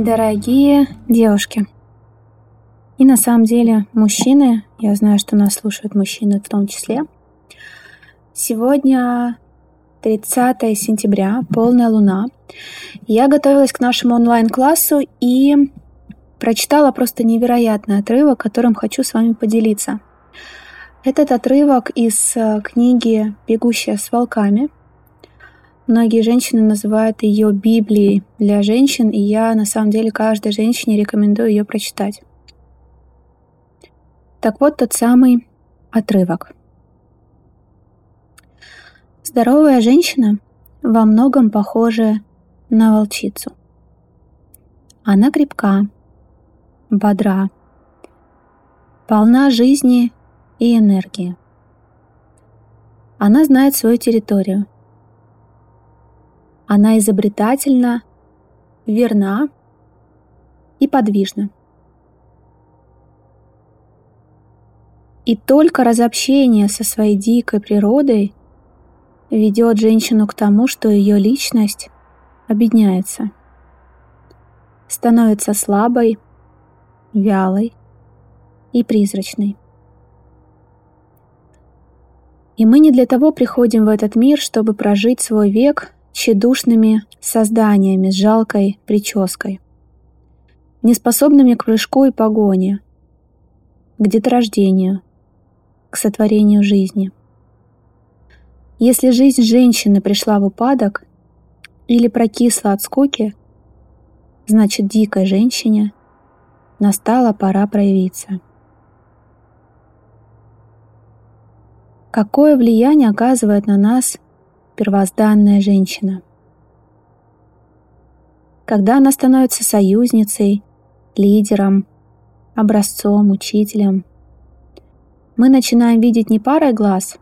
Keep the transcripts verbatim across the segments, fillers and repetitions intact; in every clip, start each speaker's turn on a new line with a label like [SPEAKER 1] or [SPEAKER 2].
[SPEAKER 1] Дорогие девушки, и на самом деле мужчины, я знаю, что нас слушают мужчины в том числе. Сегодня тридцатое сентября, полная луна. Я готовилась к нашему онлайн-классу и прочитала просто невероятный отрывок, которым хочу с вами поделиться. Этот отрывок из книги «Бегущая с волками». Многие женщины называют ее Библией для женщин, и я на самом деле каждой женщине рекомендую ее прочитать. Так вот, тот самый отрывок. Здоровая женщина во многом похожа на волчицу. Она крепка, бодра, полна жизни и энергии. Она знает свою территорию. Она изобретательна, верна и подвижна. И только разобщение со своей дикой природой ведет женщину к тому, что ее личность обедняется, становится слабой, вялой и призрачной. И мы не для того приходим в этот мир, чтобы прожить свой век тщедушными созданиями с жалкой прической, неспособными к прыжку и погоне, к деторождению, к сотворению жизни. Если жизнь женщины пришла в упадок или прокисла от скуки, значит, дикой женщине настала пора проявиться. Какое влияние оказывает на нас первозданная женщина? Когда она становится союзницей, лидером, образцом, учителем, мы начинаем видеть не парой глаз,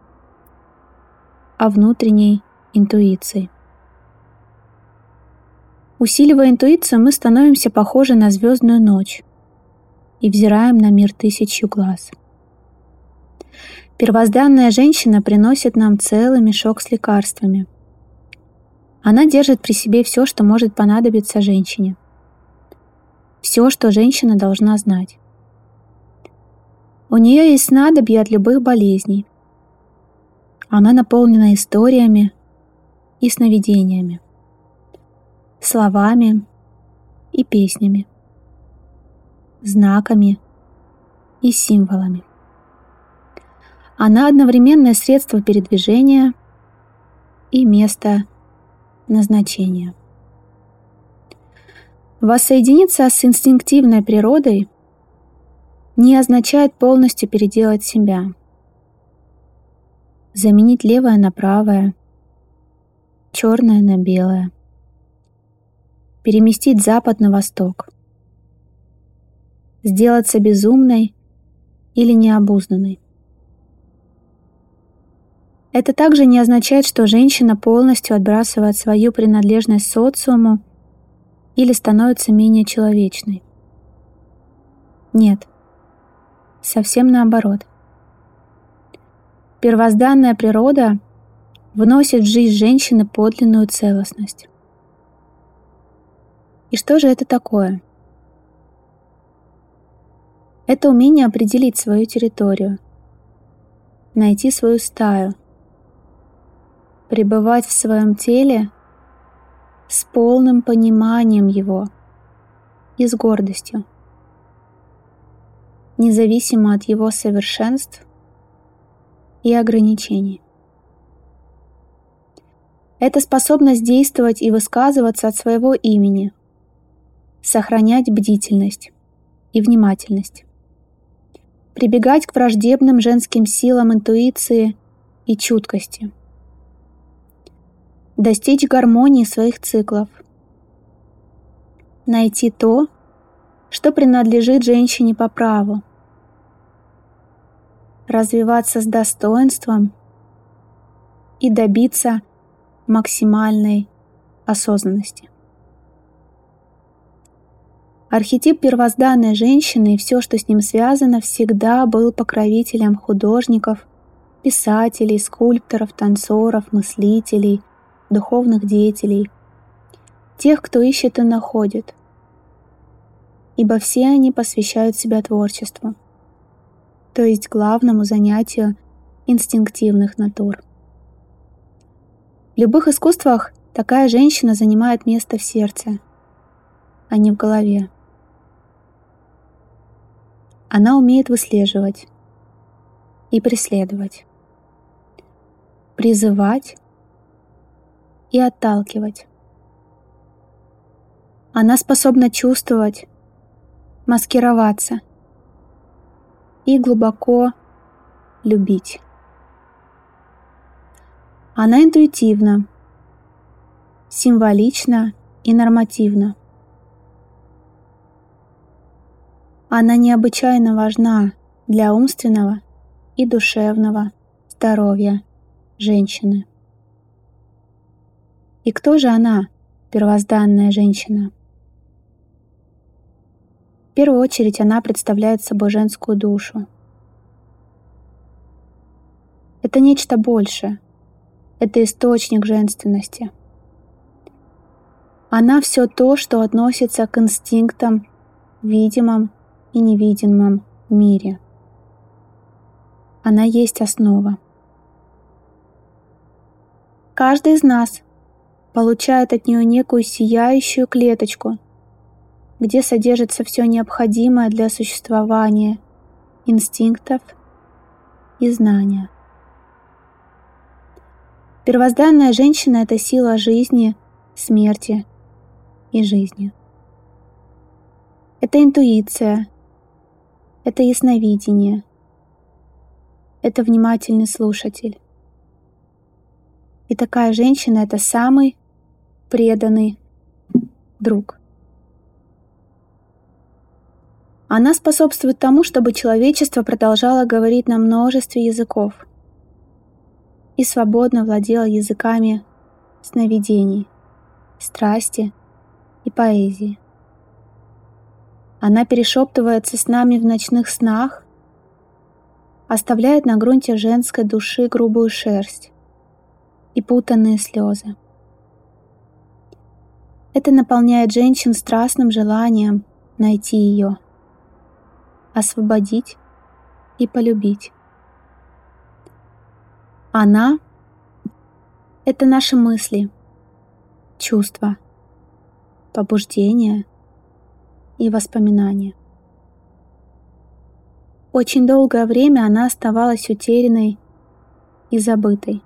[SPEAKER 1] а внутренней интуицией. Усиливая интуицию, мы становимся похожи на звездную ночь и взираем на мир тысячью глаз. Первозданная женщина приносит нам целый мешок с лекарствами. Она держит при себе все, что может понадобиться женщине. Все, что женщина должна знать. У нее есть снадобье от любых болезней. Она наполнена историями и сновидениями, словами и песнями, знаками и символами. Она одновременное средство передвижения и место назначения. Воссоединиться с инстинктивной природой не означает полностью переделать себя, заменить левое на правое, черное на белое, переместить запад на восток, сделаться безумной или необузданной. Это также не означает, что женщина полностью отбрасывает свою принадлежность социуму или становится менее человечной. Нет, совсем наоборот. Первозданная природа вносит в жизнь женщины подлинную целостность. И что же это такое? Это умение определить свою территорию, найти свою стаю, пребывать в своем теле с полным пониманием его и с гордостью, независимо от его совершенств и ограничений. Это способность действовать и высказываться от своего имени, сохранять бдительность и внимательность, прибегать к враждебным женским силам интуиции и чуткости, достичь гармонии своих циклов, найти то, что принадлежит женщине по праву, развиваться с достоинством и добиться максимальной осознанности. Архетип первозданной женщины и все, что с ним связано, всегда был покровителем художников, писателей, скульпторов, танцоров, мыслителей, духовных деятелей, тех, кто ищет и находит, ибо все они посвящают себя творчеству, то есть главному занятию инстинктивных натур. В любых искусствах такая женщина занимает место в сердце, а не в голове. Она умеет выслеживать и преследовать, призывать и отталкивать. Она способна чувствовать, маскироваться и глубоко любить. Она интуитивна, символична и нормативна. Она необычайно важна для умственного и душевного здоровья женщины. И кто же она, первозданная женщина? В первую очередь она представляет собой женскую душу. Это нечто большее. Это источник женственности. Она все то, что относится к инстинктам в видимом и невидимом мире. Она есть основа. Каждый из нас получает от нее некую сияющую клеточку, где содержится все необходимое для существования инстинктов и знания. Первозданная женщина — это сила жизни, смерти и жизни. Это интуиция, это ясновидение, это внимательный слушатель. И такая женщина — это самый преданный друг. Она способствует тому, чтобы человечество продолжало говорить на множестве языков и свободно владело языками сновидений, страсти и поэзии. Она перешептывается с нами в ночных снах, оставляет на грунте женской души грубую шерсть и путанные слезы. Это наполняет женщин страстным желанием найти ее, освободить и полюбить. Она — это наши мысли, чувства, побуждения и воспоминания. Очень долгое время она оставалась утерянной и забытой.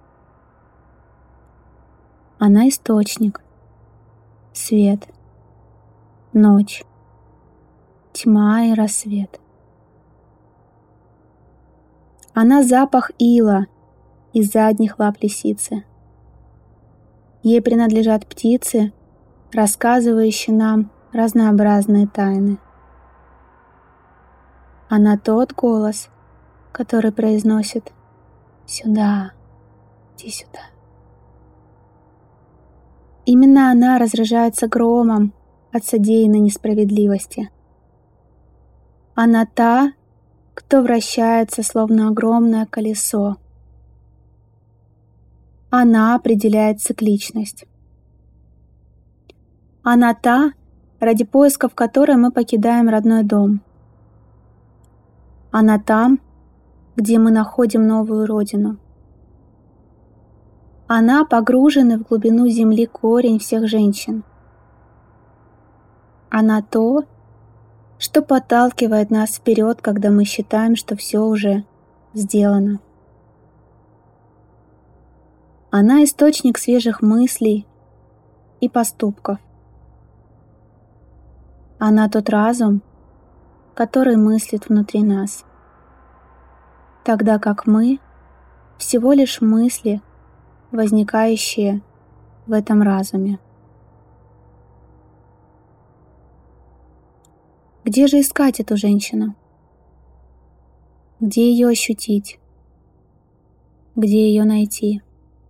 [SPEAKER 1] Она — источник, свет, ночь, тьма и рассвет. Она — запах ила из задних лап лисицы. Ей принадлежат птицы, рассказывающие нам разнообразные тайны. Она — тот голос, который произносит «Сюда, иди сюда». Именно она разражается громом от содеянной несправедливости. Она та, кто вращается, словно огромное колесо. Она определяет цикличность. Она та, ради поисков которой мы покидаем родной дом. Она там, где мы находим новую родину. Она — погруженный в глубину земли корень всех женщин. Она — то, что подталкивает нас вперед, когда мы считаем, что все уже сделано. Она — источник свежих мыслей и поступков. Она — тот разум, который мыслит внутри нас, тогда как мы — всего лишь мысли, возникающие в этом разуме. Где же искать эту женщину? Где ее ощутить? Где ее найти?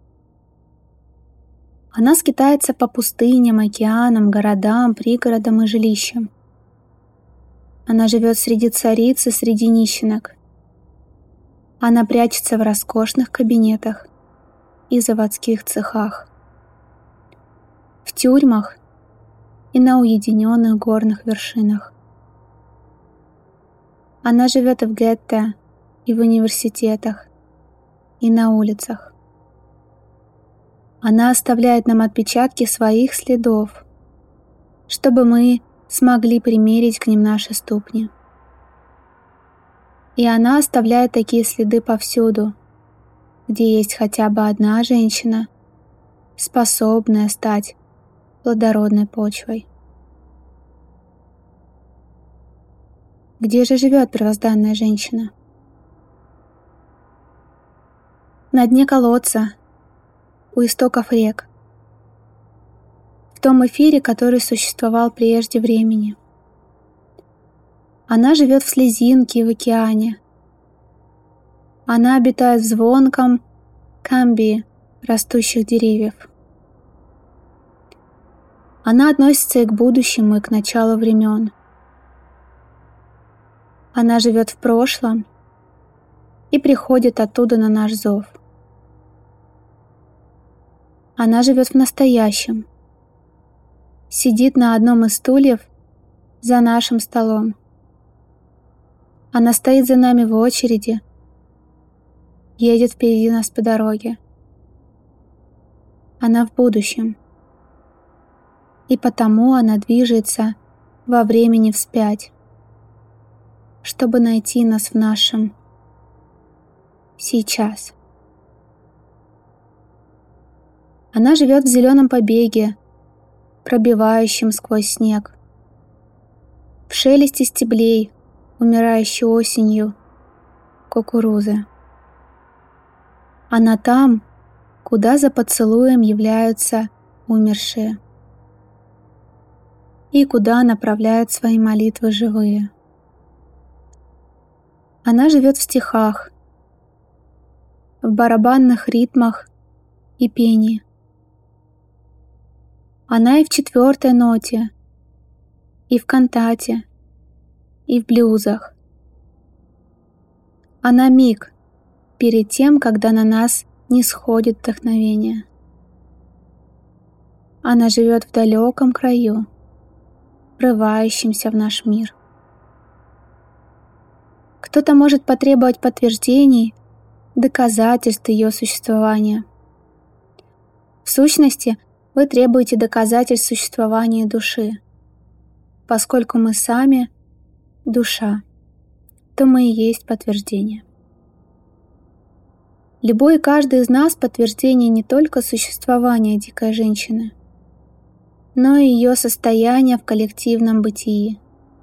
[SPEAKER 1] Она скитается по пустыням, океанам, городам, пригородам и жилищам. Она живет среди цариц и среди нищенок. Она прячется в роскошных кабинетах и заводских цехах, в тюрьмах и на уединенных горных вершинах. Она живет и в гетто, и в университетах, и на улицах. Она оставляет нам отпечатки своих следов, чтобы мы смогли примерить к ним наши ступни. И она оставляет такие следы повсюду, где есть хотя бы одна женщина, способная стать плодородной почвой. Где же живет первозданная женщина? На дне колодца, у истоков рек, в том эфире, который существовал прежде времени. Она живет в слезинке и в океане. Она обитает в звонком камбии растущих деревьев. Она относится и к будущему, и к началу времен. Она живет в прошлом и приходит оттуда на наш зов. Она живет в настоящем, сидит на одном из стульев за нашим столом. Она стоит за нами в очереди, едет впереди нас по дороге. Она в будущем, и потому она движется во времени вспять, чтобы найти нас в нашем сейчас. Она живет в зеленом побеге, пробивающем сквозь снег, в шелесте стеблей, умирающей осенью кукурузы. Она там, куда за поцелуем являются умершие, и куда направляют свои молитвы живые. Она живет в стихах, в барабанных ритмах и пении. Она и в четвертой ноте, и в кантате, и в блюзах. Она миг перед тем, когда на нас не сходит вдохновение. Она живет в далеком краю, врывающемся в наш мир. Кто-то может потребовать подтверждений, доказательств ее существования. В сущности, вы требуете доказательств существования души. Поскольку мы сами — душа, то мы и есть подтверждение. Любой и каждый из нас — подтверждение не только существования дикой женщины, но и ее состояния в коллективном бытии.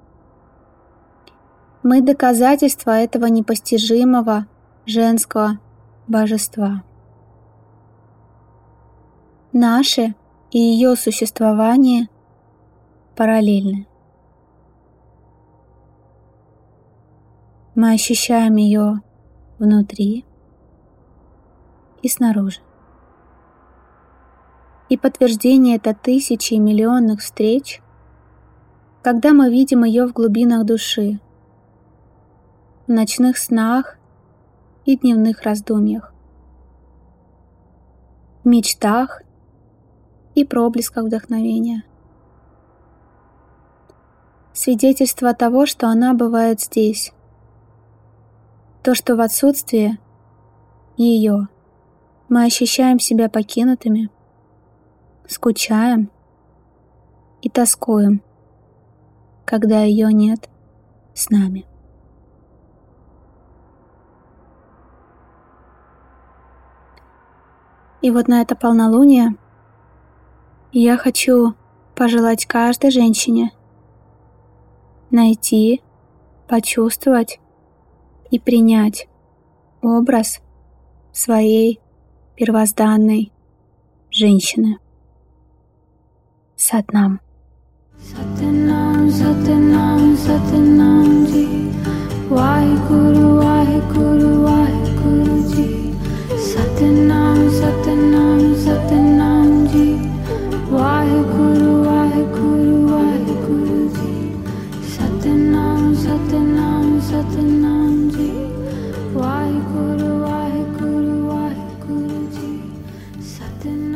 [SPEAKER 1] Мы — доказательство этого непостижимого женского божества. Наше и ее существование параллельны. Мы ощущаем ее внутри и снаружи. И подтверждение это тысячи и миллионных встреч, когда мы видим ее в глубинах души, в ночных снах и дневных раздумьях, в мечтах и проблесках вдохновения. Свидетельство того, что она бывает здесь, то, что в отсутствие ее мы ощущаем себя покинутыми, скучаем и тоскуем, когда ее нет с нами. И вот на это полнолуние я хочу пожелать каждой женщине найти, почувствовать и принять образ своей первозданной женщины. Сатнам.
[SPEAKER 2] Сатнам, Сатнам, Сатнам Ji, Вахегуру, Вахегуру, Вахегуру Ji. Сатнам, Сатнам, Сатнам Ji, Вахегуру, Вахегуру, Вахегуру Ji. Сатнам, Сатнам, Сатнам Ji, Вахегуру, Вахегуру, Вахегуру Ji. Сатнам.